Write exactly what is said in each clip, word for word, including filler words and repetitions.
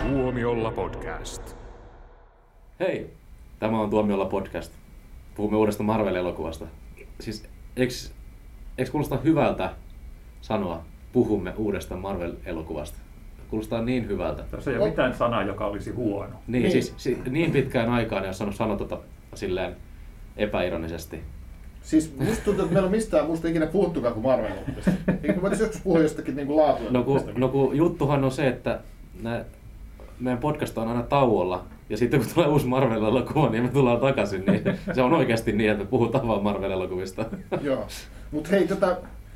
Tuomiolla podcast. Hei, tämä on Tuomiolla podcast. Puhumme uudesta Marvel-elokuvasta. Siis, eikö, eikö kuulosta hyvältä sanoa, puhumme uudesta Marvel-elokuvasta? Kuulostaa niin hyvältä. Tässä ei ole mitään sanaa, joka olisi huono. Niin, niin. Siis si, niin pitkään aikaan, jos on sanonut tota silleen epäironisesti. Siis musta tuntuu, että meillä on mistään muusta ikinä puhuttukaan kuin Marvel-elokuvasta. Eikö me voitaisiin joskus puhua jostakin niin laatua? No kun, no kun juttuhan on se, että nää, meidän podcast on aina tauolla. Ja sitten kun tulee uusi Marvel-elokuva, niin me tullaan takaisin. Niin se on oikeasti niin, että me puhutaan vaan Marvel-elokuvista. Joo. Mut hei, tota,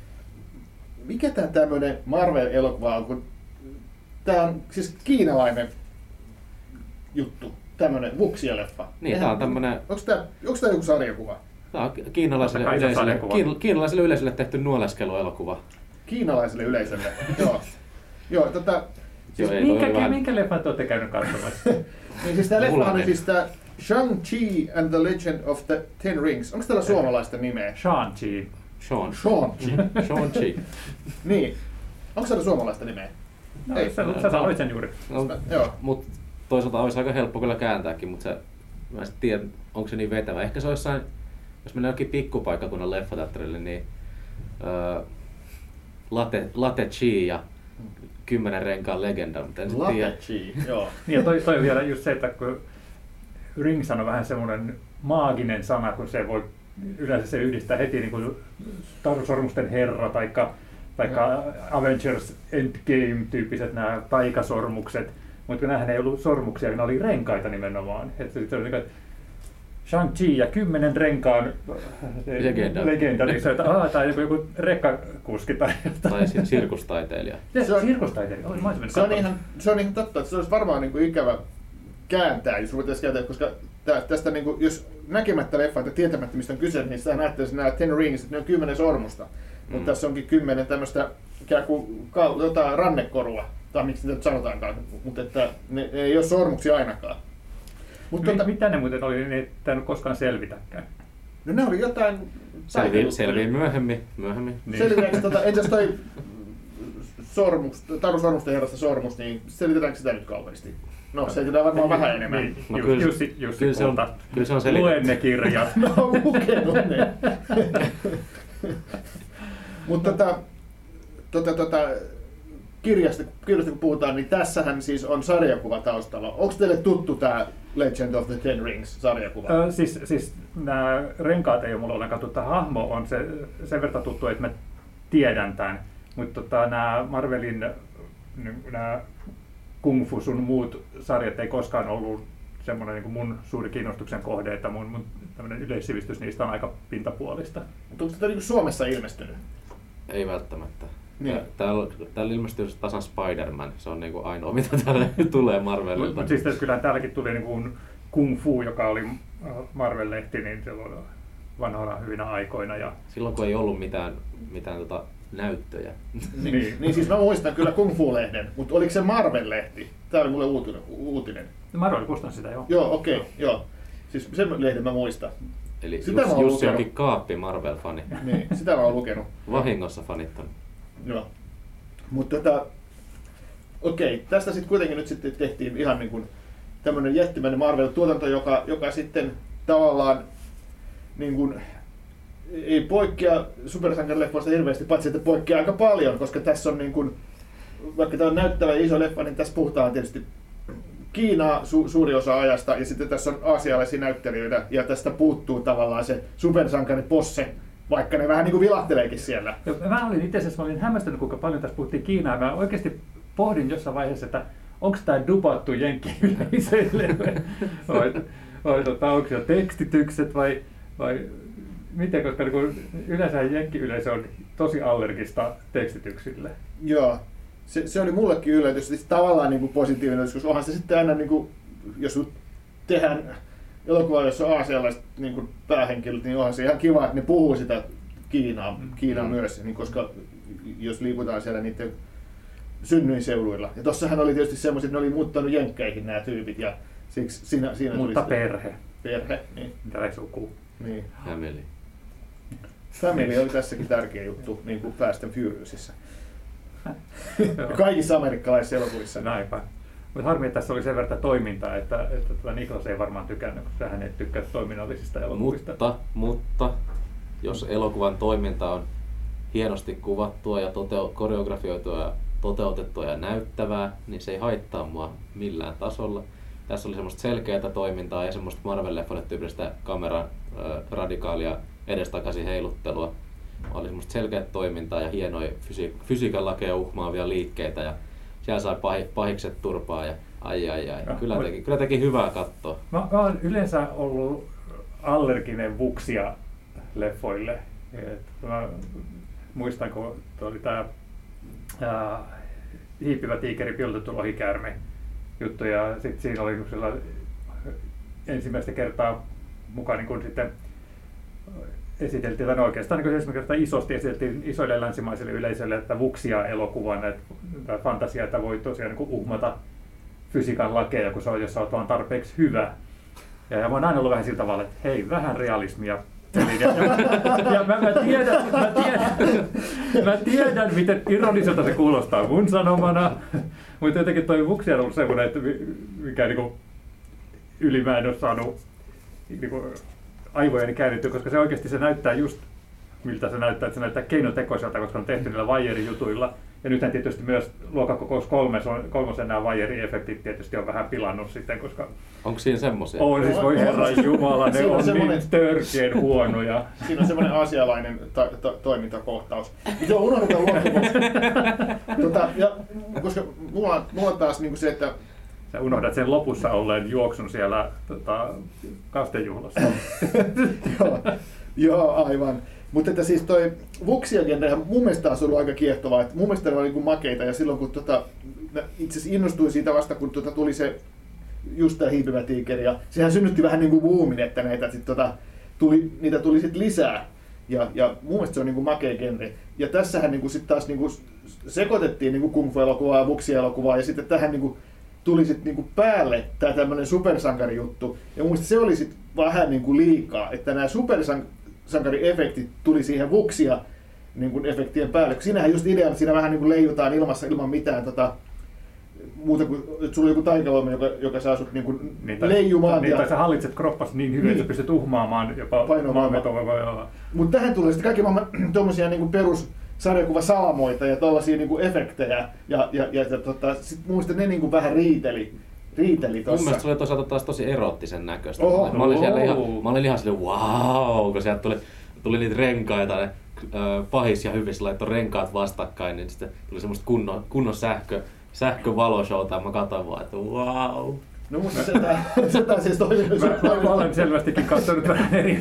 mikä tää tämmönen Marvel-elokuva on? Kun tää on siis kiinalainen juttu. Tämmönen Wuxia-leffa. Niin, tää on tämmönen... Onko tää, onko tää joku sarjakuva? Tämä on kiinalaiselle yleisölle, kiin, kiinalaiselle yleisölle tehty nuoleskeluelokuva. Kiinalaiselle yleisölle, joo. Joo, tota... Siis Joo, minkä, vähän... minkä leffan te olette käynyt katsomassa? niin siis tää leffa on siis tää Shang-Chi and the Legend of the Ten Rings. Onko täällä suomalaista nimeä? Shang-Chi. Sean. Shang-Chi. Shang-Chi. Niin. Onko täällä suomalaista nimeä? No, Ei. sä, sä sanoit sen juuri. No, joo. Mut toisaalta olisi aika helppo kyllä kääntääkin, mutta se, mä en tiedä, onko se niin vetävä. Ehkä se on jossain, jos mennään jokin pikkupaikkakunnan leffateatterille, niin öö, Latte, Latte Chi ja kymmenen renkaan legenda, mutta en Latte tiedä. Chi, joo. Niin ja toi, toi vielä just se, että kun Rings on vähän semmoinen maaginen sana, kun se voi yleensä se yhdistää heti niin kuin sormusten herra taikka, taikka Avengers Endgame-tyyppiset nämä taikasormukset, mutta kun näähän ei ollut sormuksia, ne oli renkaita nimenomaan. Että se oli niin kuin, Shang-Chi ja kymmenen renkaan legenda, legenda niin se, että aah, tai joku, joku rekkakuski tai tai sirkustaiteilija. Se, Se on- sirkustaiteilija, oli, mä olisin mennyt Se on, katsomaan. ihan, se on ihan totta, että se olisi varmaan niin kuin ikävä kääntää, jos ruvetaan kääntää, koska tä, tästä, niin kuin, jos näkemättä leffaa tai tietämättä mistä on kyse, niin sitä näette nämä Ten Rings, että ne on kymmenen sormusta. Mm. Mutta tässä onkin kymmenen tämmöistä ikään kuin kal- jotain rannekorua, tai miksi niitä nyt sanotaankaan, mutta että ne, ne ei ole sormuksia ainakaan. Mutta Mi- tota, mitä ne muuten oli, niin ei tainnut koskaan selvitäkään. no ne oli jotain... Selvii, selvii myöhemmin. myöhemmin. Niin. Selviääkö tota, entäs toi sormus, Taru Sormusten herrasta sormus, niin selitetäänkö sitä nyt kauheasti? No, selitetään varmaan vähän enemmän. Niin, No Jussi, kyllä- Jussi, Jussi kyllä se on- Kulta. kyllä se on selitetty. Luen ne kirjat. Mä oon lukenut ne. Mutta tota, tota, tota, kirjasta, kirjasta kun puhutaan, niin tässähän siis on sarjakuva taustalla. Onko teille tuttu tämä Legend of the Ten Rings-sarjakuva? Ö, siis, siis nämä renkaat ei ole mulle ollenkaan tuttu. Hahmo on se, sen verran tuttu, että mä tiedän tämän. Mutta tota, nämä Marvelin nämä Kung Fu sun muut sarjat ei koskaan ollut semmoinen niin kuin mun suuri kiinnostuksen kohde, että mun, mun tämmöinen yleissivistys niistä on aika pintapuolista. Mutta onko tätä niin Suomessa ilmestynyt? Ei välttämättä. Niin. Ja Täällä, täällä ilmestyy tasan Spider-Man. Se on niinku ainoa, mitä täällä tulee Marvelilta. Mutta siis tässä kyllähän täälläkin tuli niin kuin Kung Fu, joka oli Marvel-lehti, niin silloin vanhoina hyvinä aikoina. Ja Silloin kun ei ollut mitään, mitään tota näyttöjä. Niin. Niin. niin siis mä muistan kyllä Kung Fu-lehden, mutta oliko se Marvel-lehti? Tämä oli mulle uutinen. uutinen. Marvel kustansi sitä, joo. Joo, okei, okay, joo. Siis sen lehden mä muistan. Eli Sitä mä Jussi, oon Jussi lukenut. onkin kaappi Marvel-fani. Niin, sitä mä oon lukenut. Vahingossa fanittanut. Joo. Mutta tota, okei, tästä sitten kuitenkin nyt sitten tehtiin ihan niin kuin tämmöinen jättimäinen Marvel-tuotanto, joka, joka sitten tavallaan niin kuin ei poikkea supersankarileffoista hirveästi, paitsi että poikkeaa aika paljon, koska tässä on niin kuin, vaikka tämä on näyttävä ja iso leffa, niin tässä puhutaan tietysti Kiinaa su- suuri osa ajasta, ja sitten tässä on aasialaisia näyttelijöitä, ja tästä puuttuu tavallaan se supersankari posse, vaikka ne vähän niin kuin vilahteleekin siellä. Ja mä olin itse asiassa mä olin hämmästynyt, kuinka paljon tässä puhuttiin Kiinaa. Mä oikeasti pohdin jossain vaiheessa, että onko tämä dubattu jenkkiyleisöille vai, vai tota, onko se tekstitykset vai, vai miten, koska niin kun yleensä jenkkiyleisö on tosi allergista tekstityksille. Joo, se, se oli mullekin yllätys, siis tavallaan niin kuin positiivinen yllätys, koska onhan se sitten aina, niin kuin, jos tehdään elokuva, jossa on aasialaiset niin kuin päähenkilöt, niin onhan se ihan kiva, että ne puhuu sitä Kiinaa, Kiinaa Mm. myös, niin koska jos liikutaan siellä niiden synnyinseuduilla. Ja tossahan oli tietysti semmoiset, että ne oli muuttanut jenkkeihin nämä tyypit, ja siksi siinä, siinä Mutta tuli se perhe, perhe. Niin, mitä ei suku. niin. Family. Family oli tässäkin tärkeä juttu, niin kuin Fast and Furiousissa. Joo. Kaikissa amerikkalaisissa elokuvissa. Näinpä. Mutta harmi, että tässä oli sen verran toimintaa, että, että tuota Niklas ei varmaan tykännyt, koska hän ei tykkää toiminnallisista elokuvista. Mutta, mutta jos elokuvan toiminta on hienosti kuvattua ja toteu- koreografioitua ja toteutettua ja näyttävää, niin se ei haittaa mua millään tasolla. Tässä oli semmoista selkeää toimintaa ja semmoista Marvel-leffoille tyypillistä kameran äh, radikaalia edestakaisin heiluttelua. Oli semmoista selkeää toimintaa ja hienoja fysi- fysiikan lakeja uhmaavia liikkeitä ja siellä sai pahi- pahikset turpaa ja ai ai ai. Ja, kyllä, teki, kyllä teki hyvää katsoa. Mä, mä oon yleensä ollut allerginen vuksia leffoille. Et mä muistan, kun oli tää ää, hiipivä tiikeri, piilotettu lohikäärme juttu ja sit siinä oli ensimmäistä kertaa mukaan niin kun sitten esiteltiin, tai oikeastaan niin ensimmäistä kertaa isosti esiteltiin isoille länsimaisille yleisöille, että vuksia elokuvana, että fantasia, että voi tosiaan niin uhmata fysiikan lakeja, kun se on, jos sä oot vaan tarpeeksi hyvä. Ja, ja mä oon aina ollut vähän sillä tavalla, että hei, vähän realismia. Ja, ja, ja mä, mä, tiedän, mä, tiedän, mä tiedän, miten ironiselta se kuulostaa mun sanomana, mutta jotenkin toi vuksia on ollut semmoinen, että mikä niin kuin, yli mä en ole saanut niin kuin, aivojeni käännettyä, koska se oikeasti se näyttää just miltä se näyttää, että se näyttää keinotekoiselta, koska on tehty niillä vaierijutuilla. Ja nythän tietysti myös luokkakokous kolmosen nämä vaieriefektit tietysti on vähän pilannut sitten, koska... Onko siinä semmoisia? On, siis voi herran jumala, ne on niin törkeän huonoja. Siinä on semmoinen aasialainen ta- ta- toimintakohtaus. Joo, unohdetaan luokkakokous. tota, ja, koska mulla, mulla on taas niinku se, että... Sä unohdat sen lopussa olleen juoksun siellä tota, kastejuhlassa. joo, joo, aivan. Mutta että siis toi Vuxia-genre mun mielestä on ollut aika kiehtovaa. Että mun mielestä ne oli niinku makeita ja silloin kun tota, itse asiassa innostuin siitä vasta kun tota, tuli se just tää hiipivä tiikeri ja sehän synnytti vähän niinku boomin, että näitä sit, tota, tuli, niitä tuli sit lisää. Ja, ja mun mielestä se on niinku makea genre. Ja tässähän niinku sit taas niinku sekoitettiin niinku kung fu-elokuvaa ja Vuxia-elokuvaa ja sitten tähän niinku tuli sit niinku päälle tää tämmönen supersankarijuttu. Ja mun mielestä se oli sit vähän niinku liikaa, että nämä supersankariefektit tuli siihen Vuxia niinku efektien päälle. Siinähän just idea, että siinä vähän niinku leijutaan ilmassa ilman mitään tota, muuta kuin, että sulla on joku taikavoima, joka, joka saa sut niinku niin, leijumaan. Niin, tai sä hallitset kroppas niin hyvin, niin, että sä pystyt uhmaamaan jopa maanvetoa. Mutta tähän tulee sitten kaikki maailman tommosia niinku perus sarjakuvasalamoita ja tällaisia niinku efektejä ja, ja, ja, ja tota, sit mun mielestä ne niinku vähän riiteli, riiteli tossa. Mun mielestä se oli toisaalta taas tosi eroottisen näköistä. Oho. Mä olin siellä ihan, mä olin ihan silleen wow, kun sieltä tuli, tuli niitä renkaita, ne äh, pahis ja hyvissä laittoi renkaat vastakkain, niin sitten tuli semmoista kunnon, kunnon sähkö, sähkövaloshoota ja mä katsoin vaan, että wow. No mutta se tää siis toinen. Mä, mä olen selvästikin katsonut vähän eri.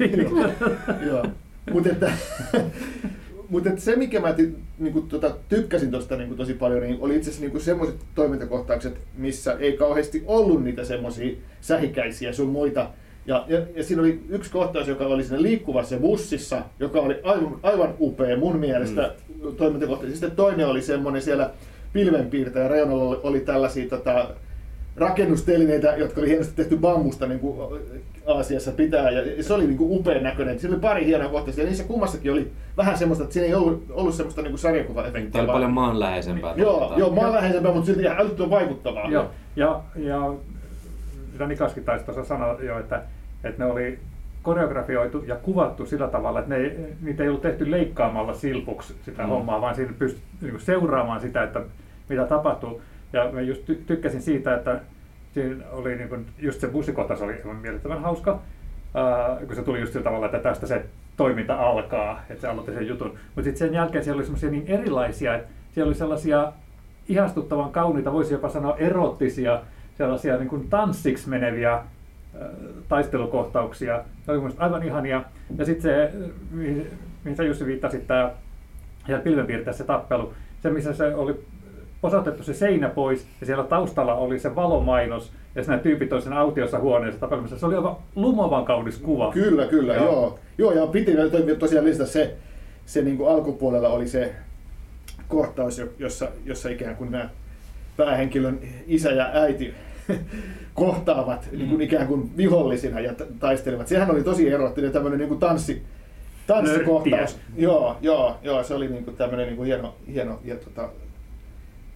Joo, mutta että Mutta se, mikä mä ty, niinku, tota, tykkäsin tuosta niinku, tosi paljon, niin oli itse asiassa niinku, semmoiset toimintakohtaukset, missä ei kauheasti ollut niitä semmoisia sähikäisiä sun muita. Ja, ja, ja siinä oli yksi kohtaus, joka oli siinä liikkuvassa bussissa, joka oli aivan, aivan upea mun mielestä mm. toimintakohtaus. Sitten toinen oli semmoinen siellä pilvenpiirtäjä reunalla oli, oli tällaisia tota, rakennustelineitä, jotka oli hienosti tehty bambusta niin kuin Aasiassa pitää, ja se oli niin kuin upean näköinen. Siinä oli pari hienoa kohtaa, ja niissä kummassakin oli vähän semmoista, että siinä ei ollut, ollut semmoista niin kuin sarjakuva-efektiä. Tämä oli paljon maanläheisempää. Joo, joo, maanläheisempää, mutta silti ihan älyttömän vaikuttavaa. Joo, ja, ja mitä Nikaskin taisi tuossa sanoa jo, että, että ne oli koreografioitu ja kuvattu sillä tavalla, että ne, niitä ei ollut tehty leikkaamalla silpuksi sitä mm. hommaa, vaan siinä pystyi niin seuraamaan sitä, että mitä tapahtuu. Ja mä just ty- tykkäsin siitä, että siinä oli niin kuin, just se bussikohtaus oli miellyttävän hauska, ää, kun se tuli just sillä tavalla, että tästä se toiminta alkaa, että se aloitti sen jutun. Mutta sitten sen jälkeen siellä oli semmoisia niin erilaisia, että siellä oli sellaisia ihastuttavan kauniita, voisi jopa sanoa erottisia, sellaisia niin kuin tanssiksi meneviä ää, taistelukohtauksia. Se oli mielestäni aivan ihania. Ja sitten se, mihin, mihin sä Jussi viittasit, tämä pilvenpiirtäessä se tappelu, se missä se oli posautettu se seinä pois ja siellä taustalla oli se valomainos ja nämä tyypit oli sen autiossa huoneessa tapelemassa. Se oli aivan lumovan kaunis kuva. Kyllä, kyllä, joo. Joo, joo ja piti tosiaan lisätä se, se niin kuin alkupuolella oli se kohtaus, jossa, jossa ikään kuin nämä päähenkilön isä ja äiti kohtaavat mm. niin kuin ikään kuin vihollisina ja taistelevat. Sehän oli tosi erottinen tämmöinen niin kuin tanssi, tanssikohtaus. Joo, joo, joo, se oli niin kuin tämmöinen niin kuin hieno, hieno ja tota,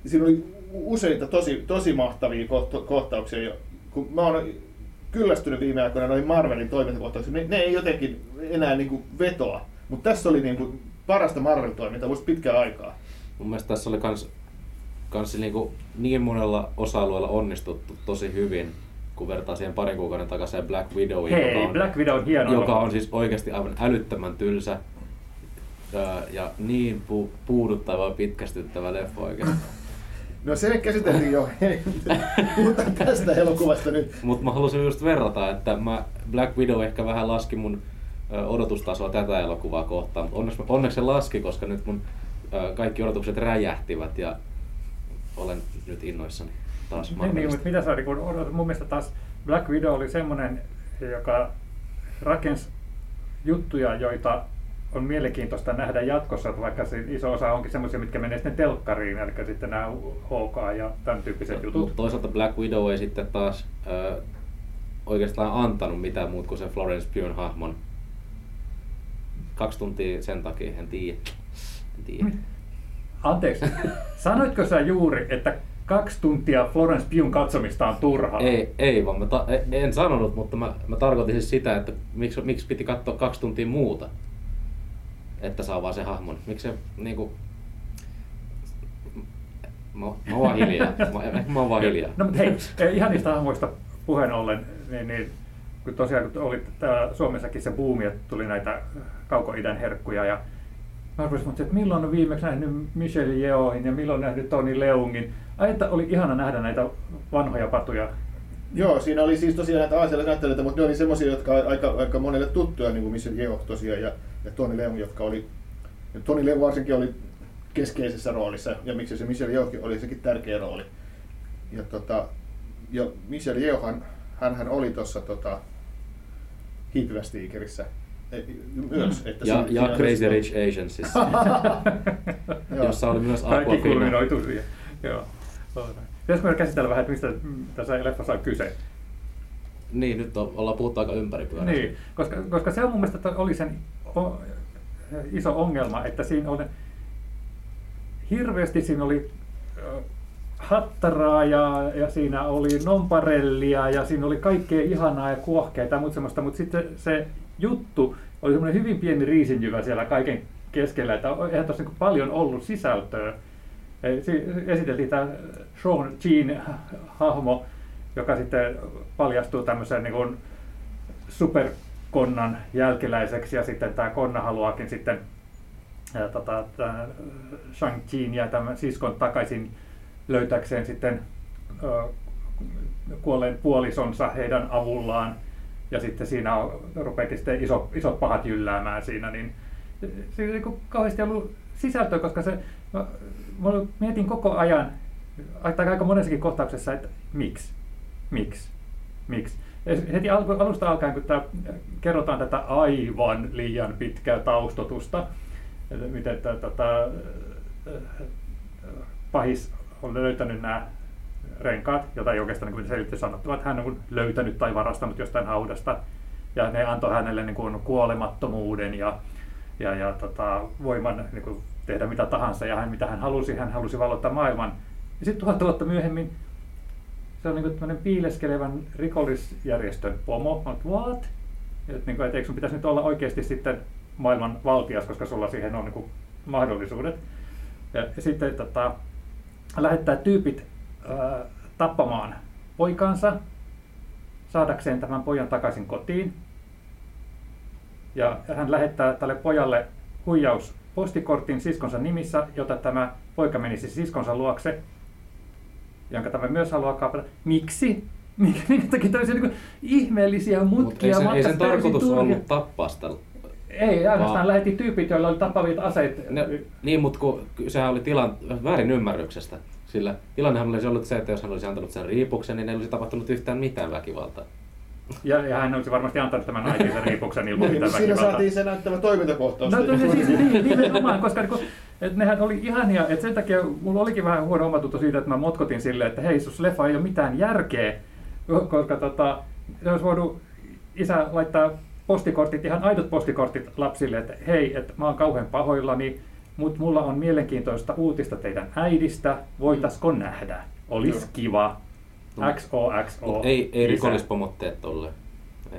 siinä oli useita tosi, tosi mahtavia kohtauksia. Kun mä oon kyllästynyt viime aikoina noihin Marvelin toimintakohtauksiin, ne, ne ei jotenkin enää niin kuin vetoa. Mutta tässä oli niin kuin parasta Marvel-toimintaa vuosi pitkään aikaa. Mun mielestä tässä oli kans, kans niin, kuin niin monella osa-alueella onnistuttu tosi hyvin, kun vertaa siihen parin kuukauden takaisin Black Widowiin, Hei, joka on, Black Widow on hieno joka on siis oikeasti aivan älyttömän tylsä ja, ja niin pu, puuduttava ja pitkästyttävä leffa oikeastaan. No se käsiteltiin jo, puhutaan tästä elokuvasta nyt. Mutta mä halusin just verrata, että mä Black Widow ehkä vähän laski mun odotustasoa tätä elokuvaa kohtaan, mutta onneksi, onneksi se laski, koska nyt mun kaikki odotukset räjähtivät ja olen nyt innoissani taas Marvelista. Niin, mutta mitä sä niin odotat? Mun mielestä taas Black Widow oli semmoinen, joka rakensi juttuja, joita on mielenkiintoista nähdä jatkossa, vaikka se iso osa onkin semmoisia, mitkä menee sitten telkkariin, eli sitten nämä H K ja tämän tyyppiset jutut. Mutta toisaalta Black Widow ei sitten taas äh, oikeastaan antanut mitään muuta kuin sen Florence Pughin hahmon. Kaksi tuntia sen takia, en tiedä. En tiedä. Anteeksi, sanoitko sä juuri, että kaksi tuntia Florence Pughn katsomista on turhaa? Ei, ei vaan mä ta- en sanonut, mutta mä, mä tarkoitin siis sitä, että miksi, miksi piti katsoa kaksi tuntia muuta, että saa vaan se hahmon. Miksi se niinku... Mä, mä oon vaan hiljaa. Mä, mä oon vaan hiljaa. No mutta hei, ihan niistä hahmoista puheen ollen, niin, niin kun tosiaan kun oli täällä Suomessakin se buumi, että tuli näitä kaukoidän herkkuja ja mä arvoisin, että milloin on viimeksi nähnyt Michelle Yeohin ja milloin nähnyt Tony Leungin. Ai, että oli ihana nähdä näitä vanhoja patuja. Joo, siinä oli siis tosiaan näitä aasialaisia näyttelijöitä, mutta ne oli semmoisia, jotka on aika, aika monelle tuttuja, niin kuin Michelle Yeoh tosiaan ja, ja Tony Leung, jotka oli, ja Tony Leung varsinkin oli keskeisessä roolissa, ja miksi se Michelle Yeohkin oli sekin tärkeä rooli. Ja, tota, ja Michelle Yeohan, hänhän oli tuossa tota, Hiipivässä tiikerissä myös. Että ja siinä, ja Crazy Rich Asiansissa, jossa oli myös Aquafina. Kaikki kulminoitu siihen. Joo. Pitäisikö me käsitellä vähän, että mistä tässä leffassa on kyse? Niin, nyt on, ollaan puhuttu aika ympäripyöräisesti. Niin, koska, koska se on mun mielestä oli sen o, iso ongelma, että siinä oli hirveästi siinä oli hattaraa ja, ja siinä oli nonparellia ja siinä oli kaikkea ihanaa ja kuohkeita ja muuta semmoista, mutta sitten se juttu oli semmoinen hyvin pieni riisinjyvä siellä kaiken keskellä, että eihän tuossa niin paljon ollut sisältöä. Esiteltiin tämä Sean Jean hahmo, joka sitten paljastuu tämmöisen niin kuin superkonnan jälkeläiseksi ja sitten tämä konna haluaakin sitten ja, tota, Shang-Chin ja tämän siskon takaisin löytäkseen sitten ö, kuolleen puolisonsa heidän avullaan ja sitten siinä on, rupeakin sitten iso, isot pahat jylläämään siinä, niin se ei niin kauheasti ollut sisältöä, koska se, mä, mä mietin koko ajan, aika monessakin kohtauksessa, että miksi, miksi, miksi. Heti alusta alkaen, kun tää, kerrotaan tätä aivan liian pitkää taustotusta, että miten tätä pahis on löytänyt nämä renkaat, jota ei oikeastaan niin selitty sanottava, että hän on löytänyt tai varastanut jostain haudasta, ja ne antoi hänelle niin kuin kuolemattomuuden ja, ja, ja tota, voiman niin kuin tehdä mitä tahansa, ja hän, mitä hän halusi, hän halusi valottaa maailman. Ja sitten tuhat vuotta myöhemmin se on niin kuin piileskelevän rikollisjärjestön pomo. On, what? Et, niin kuin, et eikö sun pitäisi nyt olla oikeasti sitten maailman valtias, koska sulla siihen on niin kuin mahdollisuudet. Ja, ja sitten tota, lähettää tyypit ää, tappamaan poikansa saadakseen tämän pojan takaisin kotiin. Ja hän lähettää tälle pojalle huijauspostikortin siskonsa nimissä, jota tämä poika menisi siskonsa luokse, jonka tämä myös haluaa kaapata. Miksi? Minkä takia tämmöisiä niin ihmeellisiä mutkia? Ei sen, ei sen tarkoitus ollut tappaa sitä. Ei, ainoastaan lähetti tyypit, joilla oli tappavit aseet. Ne, niin, mutta kun sehän oli tilan väärin ymmärryksestä. Sillä tilannehan olisi ollut se, että jos hän olisi antanut sen riipuksen, niin ei olisi tapahtunut yhtään mitään väkivaltaa. Ja, ja hän olisi varmasti antanut tämän äitinsä riipuksen ilman mitään väkivaltaa. Siinä saatiin se näyttävä toimintakohtaus. No siis niin, nimenomaan, koska niin, että nehän oli ihania, että sen takia mulla olikin vähän huono omatunto siitä, että mä motkotin silleen, että hei, sus leffa ei ole mitään järkeä, koska tota, se olisi voinut isä laittaa postikortit, ihan aidot postikortit lapsille, että hei, että mä oon kauhean pahoillani, mutta mulla on mielenkiintoista uutista teidän äidistä. Voitaisiko nähdä? Olisi Joo. kiva. X O X O. Mut ei, ei lisää. rikollispomot tee tolleen. Ei,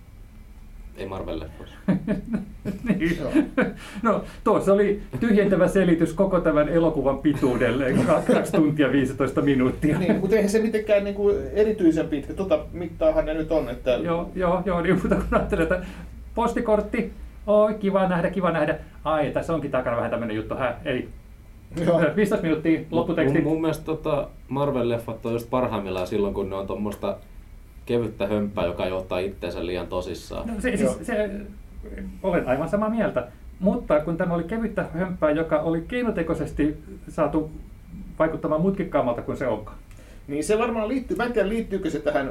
ei Marvel-leffoissa. Niin. No, tuossa oli tyhjentävä selitys koko tämän elokuvan pituudelle, kaksi tuntia viisitoista minuuttia. Niin, mutta eihän se mitenkään niinku erityisen pitkä. Tota mittaahan ne nyt on. Että... Joo, joo, joo, niin, mutta kun ajattelee, että postikortti, oi, kiva nähdä, kiva nähdä. Ai, tässä onkin takana vähän tämmöinen juttu, hä, ei. Joo. viisitoista minuuttia, lopputeksti. Mun, mun mielestä tota Marvel-leffat on just parhaimmillaan silloin, kun ne on tommoista kevyttä hömppää, joka johtaa itteensä liian tosissaan. No, se, siis, se, olen aivan samaa mieltä, mutta kun tämä oli kevyttä hömppää, joka oli keinotekoisesti saatu vaikuttamaan mutkikkaammalta kuin se onkaan. Niin se varmaan liittyy, mä en tiedä liittyykö se tähän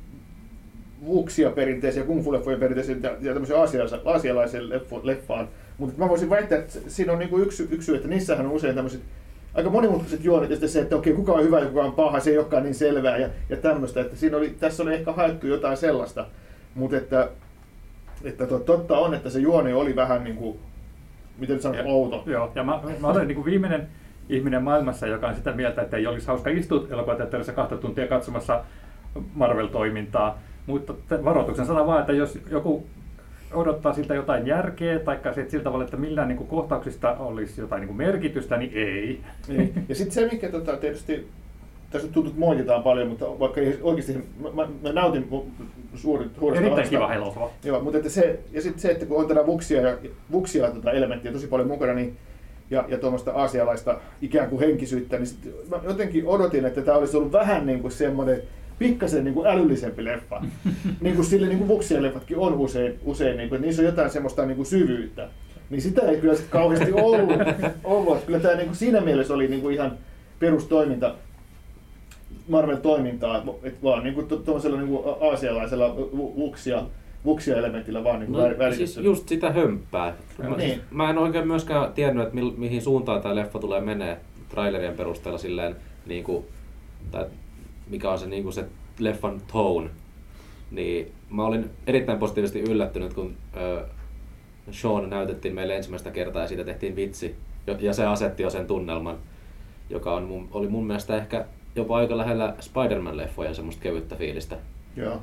Wuxia-perinteeseen, kung fu-leffojen perinteeseen ja, ja tämmöiseen aasialaiseen leffaan, mutta mä voisin väittää, että siinä on niinku yksi, yksi syy, että niissähän on usein tämmöiset aika monimutkaiset juonet ja sitten se, että okei, kuka on hyvä ja kuka on paha, se ei olekaan niin selvää ja, ja tämmöistä, että siinä oli, tässä oli ehkä haettu jotain sellaista, mutta että, että totta on, että se juoni oli vähän niin kuin, miten nyt sanot, outo. Joo, ja mä, mä olen niin kuin viimeinen ihminen maailmassa, joka on sitä mieltä, että ei olisi hauska istua elokuvateatterissa kahta tuntia katsomassa Marvel-toimintaa, mutta varoituksen sana vaan, että jos joku odottaa siltä jotain järkeä, tai sillä tavalla, että millään niin kuin kohtauksista olisi jotain niin kuin merkitystä, niin ei. Niin. Ja sitten se, mikä tota, tietysti, tässä tuntuu, että moititaan paljon, mutta vaikka ei oikeasti, mä, mä, mä nautin suuri, suuresta Erittäin kiva elokuva. Joo, mutta että se, ja sitten se, että kun on tätä Wuxia ja Wuxia tota elementtiä tosi paljon mukana, niin ja, ja tuommoista aasialaista ikään kuin henkisyyttä, niin sit mä jotenkin odotin, että tämä olisi ollut vähän niin kuin semmoinen pikkasen niin kuin älyllisempi leffa. niin kuin sille niin kuin Wuxia-leffatkin on usein, usein niin kuin, että niissä on jotain semmoista niin kuin syvyyttä. Niin sitä ei kyllä sit kauheasti ollut. ollut. Kyllä tämä niin kuin siinä mielessä oli niin kuin ihan perustoiminta, Marvel-toimintaa, että vaan niin kuin tuollaisella niin kuin aasialaisella Wuxia, Wuxia-elementillä vaan niin kuin no, välitetty. siis just sitä hömppää. Mä, niin. mä en oikein myöskään tiennyt, että mi- mihin suuntaan tämä leffa tulee menee trailerien perusteella silleen, niin kuin, tai mikä on se, niin kuin se leffan tone. Niin mä olin erittäin positiivisesti yllättynyt, kun äh, Sean näytettiin meille ensimmäistä kertaa ja siitä tehtiin vitsi. Ja se asetti jo sen tunnelman, joka on mun, oli mun mielestä ehkä jopa aika lähellä Spider-Man-leffoja semmoista kevyttä fiilistä. Joo.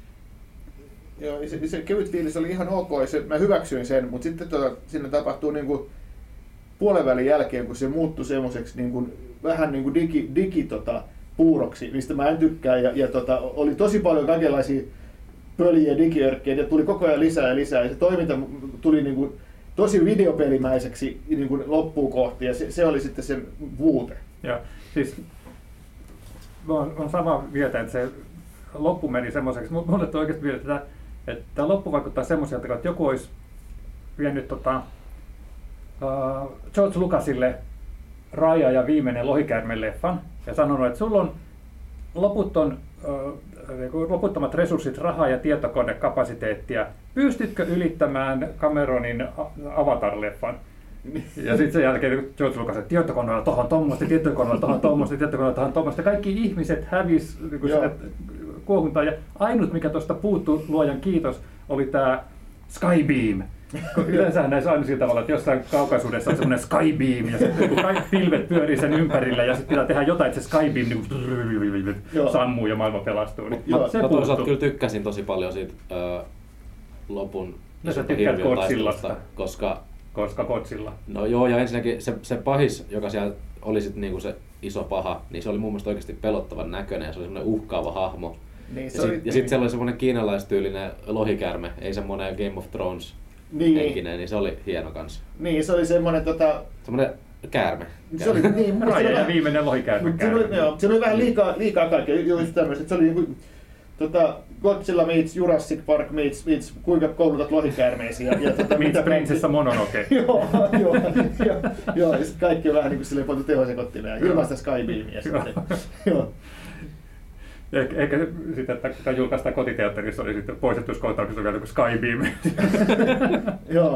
Joo, se, se kevyt fiilis oli ihan ok, ja se, mä hyväksyin sen, mutta sitten tota, siinä tapahtuu niinku puolen välin jälkeen, kun se muuttui semmoiseksi niinku, vähän niin kuin digi, digi tota, puuroksi, mistä mä en tykkää, ja, ja tota, oli tosi paljon kaikenlaisia pöliä digiörkkejä, ja tuli koko ajan lisää ja lisää, ja se toiminta tuli niinku, tosi videopelimäiseksi niinku, loppuun kohti, ja se, se oli sitten se vuute. Ja siis on, on sama mieltä, että se loppu meni semmoiseksi, mulle toi oikeasti vielä, että, että tämä loppu vaikuttaa semmoiselta, että joku olisi vienyt tota, uh, George Lucasille Raya ja viimeinen Lohikäärme-leffan ja sanonut, että sulla on loputon, uh, loputtomat resurssit, rahaa ja tietokonekapasiteettia. Pystytkö ylittämään Cameronin Avatar-leffan? Ja sitten sen jälkeen George Lucas, että tietokoneella tohon tommoista, tietokoneella tohon tommoista, tietokoneella tohon tommoista. Kaikki ihmiset hävis kuohuntaan. Ja ainut, mikä tuosta puuttui, luojan kiitos, oli tämä Skybeam. Yleensä näissä aina sillä tavalla, että jossain kaukaisuudessa on semmoinen Skybeam ja sitten kun kaikki pilvet pyörii sen ympärillä ja sitten pitää tehdä jotain, että se Skybeam niin sammuu ja maailma pelastuu. Niin Mä, mä toisaalta kyllä tykkäsin tosi paljon siitä äh, lopun no, sä tykkäät Godzillasta, koska koska Godzilla. No joo, ja ensinnäkin se, se pahis, joka siellä oli sit niinku se iso paha, niin se oli mun mielestä oikeasti pelottavan näköinen ja se oli semmoinen uhkaava hahmo. Niin, ja sitten sit, sit siellä oli semmoinen kiinalaistyylinen lohikäärme, ei semmoinen Game of Thrones niin. henkinen, niin se oli hieno kanssa. Niin, se oli semmoinen tota... semmoinen käärme. Se oli niin, mutta Raja se ja viimeinen lohikäärme. Se oli, joo, se oli vähän liikaa, liikaa kaikkea, just tämmöistä. Se oli niinku tota, Godzilla meets Jurassic Park meets, meets kuinka koulutat lohikäärmeisiä. Ja, ja tota, meets Prinsessa Mononoke. joo, joo, joo, joo, ja sitten kaikki on vähän niin kuin silleen pantu tehosekottimeen ja ilmaista Skybeamia sitten. Joo. Ehkä, ehkä sitten, että kun julkaistaan kotiteatterissa, oli sitten poistettu kohtauksessa vielä kuin Skybeam. Joo.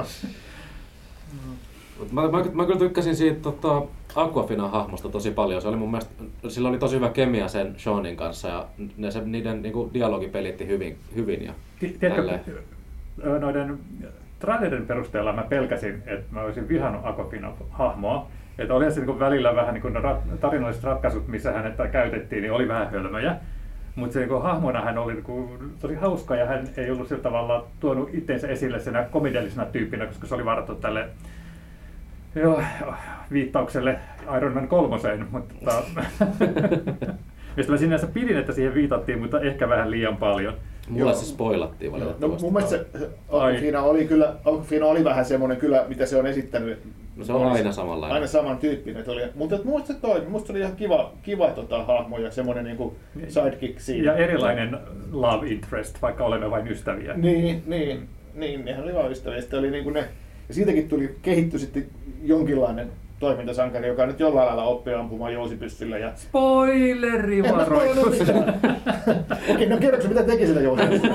Mä, mä, mä kyllä tykkäsin siitä tota, Aquafinan hahmosta tosi paljon. Se oli mun mielestä, sillä oli tosi hyvä kemia sen Seanin kanssa ja ne, se, niiden niinku, dialogi pelitti hyvin. hyvin ja Tiedätkö, noiden trailerin perusteella mä pelkäsin, että mä olisin vihannut Awkwafinan hahmoa. Että olihan se niin välillä vähän niin kuin rat- tarinalliset ratkaisut, missä hänettä käytettiin, niin oli vähän hölmöjä. Mutta se niin hahmona hän oli niin tosi hauska ja hän ei ollut sillä tavalla tuonut itseensä esille senä komediallisena tyyppinä, koska se oli varattu tälle joo, viittaukselle Iron Man kolmoseen. Mutta mistä mä sinänsä pidin, että siihen viitattiin, mutta ehkä vähän liian paljon. Mulla se spoilattiin valitettavasti. No, mun mielestä se Awkwafina oli kyllä, Awkwafina oli vähän semmoinen kyllä, mitä se on esittänyt. No se on aina samanlainen. Aina saman tyyppinen. Oli, mutta musta se toimi. Musta oli ihan kiva, kiva tota, hahmo ja semmoinen niinku sidekick siinä. Ja erilainen love interest, vaikka olemme vain ystäviä. Niin, niin, niin nehän oli vain ystäviä. Sitten oli niinku ne, ja siitäkin tuli, kehittyi sitten jonkinlainen toimintasankari, joka nyt jollain lailla oppii ampumaan jousipyssyllä. Ja... Spoileri varoitus! Okei, no kerroksä mitä teki sitä jousipyssyllä?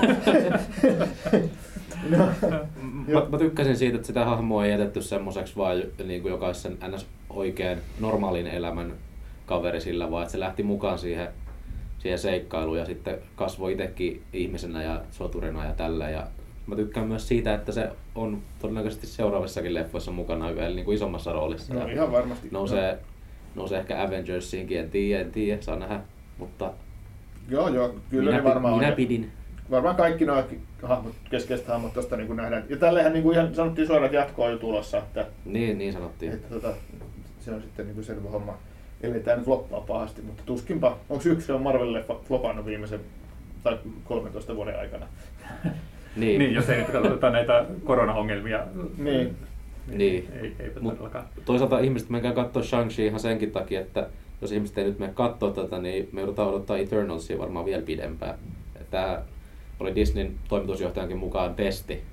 No. Mä, mä tykkäsin siitä, että sitä hahmoa ei jätetty semmoiseksi vaan niin kuin jokaisen ns. Oikein normaalin elämän kaveri sillä, vaan että se lähti mukaan siihen, siihen seikkailuun ja sitten kasvoi itsekin ihmisenä ja soturina ja tällä. Ja mä tykkään myös siitä, että se on todennäköisesti seuraavissakin leffoissa mukana vielä niin kuin isommassa roolissa. No ihan varmasti. Nousee, nousee ehkä Avengersiinkin, en tiedä, en tiedä, saa nähdä, mutta joo, joo, kyllä minä, ne varmaan minä on. pidin. Varmaan kaikki nuo hahmot, keskeiset hahmot tuosta niin nähdään. Ja tällähän niin kuin ihan sanottiin suoraan, että jatkoa on jo tulossa. Että, niin, niin sanottiin. että, tota, se on sitten niin kuin selvä homma. Eli tämä nyt floppaa pahasti, mutta tuskinpa. Onko yksi Marvel-leffa flopannut viimeisen tai kolmentoista vuoden aikana? Niin. Niin, jos ei nyt katsota näitä korona-ongelmia. Niin. Niin. Ei, eipä Mut todellakaan. toisaalta ihmiset menkää katsoa Shang-Chi ihan senkin takia, että jos ihmiset ei nyt mene katsoa tätä, niin me joudutaan odottaa Eternalsia varmaan vielä pidempään. Tämä oli Disneyn toimitusjohtajankin mukaan testi,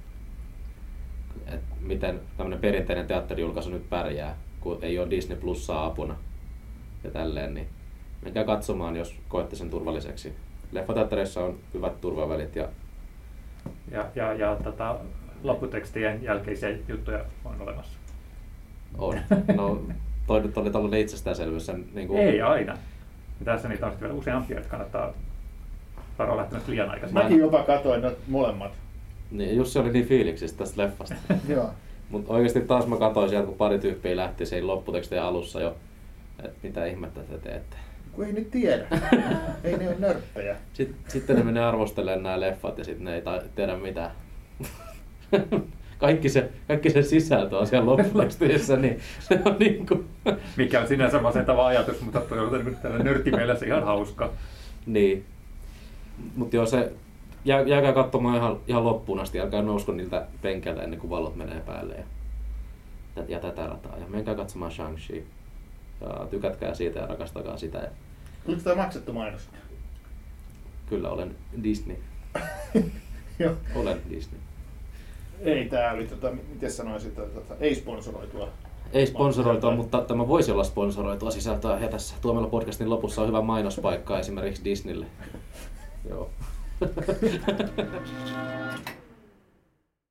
että miten tämmöinen perinteinen teatterijulkaisu nyt pärjää, kun ei ole Disney Plussaa apuna ja tälleen, niin menkää katsomaan, jos koette sen turvalliseksi. Leffateattereissa on hyvät turvavälit ja Ja, ja, ja tota, lopputekstien jälkeisiä juttuja on olemassa. on. No, toi nyt oli tällainen itsestäänselvyys. Sen, niin kuin... Ei aina. Ja tässä niitä on vielä useampia, että kannattaa varoa lähtemästä liian aikaisin. Mäkin jopa katsoin ne molemmat. Niin, Jussi oli niin fiiliksissä tästä leffasta. Joo. Mutta oikeasti taas mä katsoin sieltä, kun pari tyyppiä lähti siinä lopputekstien alussa jo, että mitä ihmettä te teette. Kun ei nyt tiedä. Ei ne ole nörppejä. Sitten, sitten ne menee arvostelemaan nämä leffat ja sitten ne ei ta- tiedä mitään. Kaikki se, kaikki se sisältö on siellä lopputekstissä, niin se on niin kuin... Mikä on sinänsä masentava ajatus, mutta toi on niin tällä nörttimielessä ihan hauska. Niin. Mutta joo, se jää, jääkää katsomaan ihan, ihan loppuun asti, älkää nousko niiltä penkeiltä ennen kuin valot menee päälle ja, ja tätä rataa. Ja menkää katsomaan Shang-Chi. Ja tykätkää siitä ja rakastakaa sitä. Ja Oliko tämä maksettu mainos? kyllä olen Disney. Joo. Olen Disney. Ei, tää oli, tota, miten sanoisin, tota, ei sponsoroitua. Ei sponsoroitua, mutta tämä voisi olla sponsoroitua sisältöä. Ja tässä Tuomella podcastin lopussa on hyvä mainospaikka esimerkiksi Disneylle. Joo.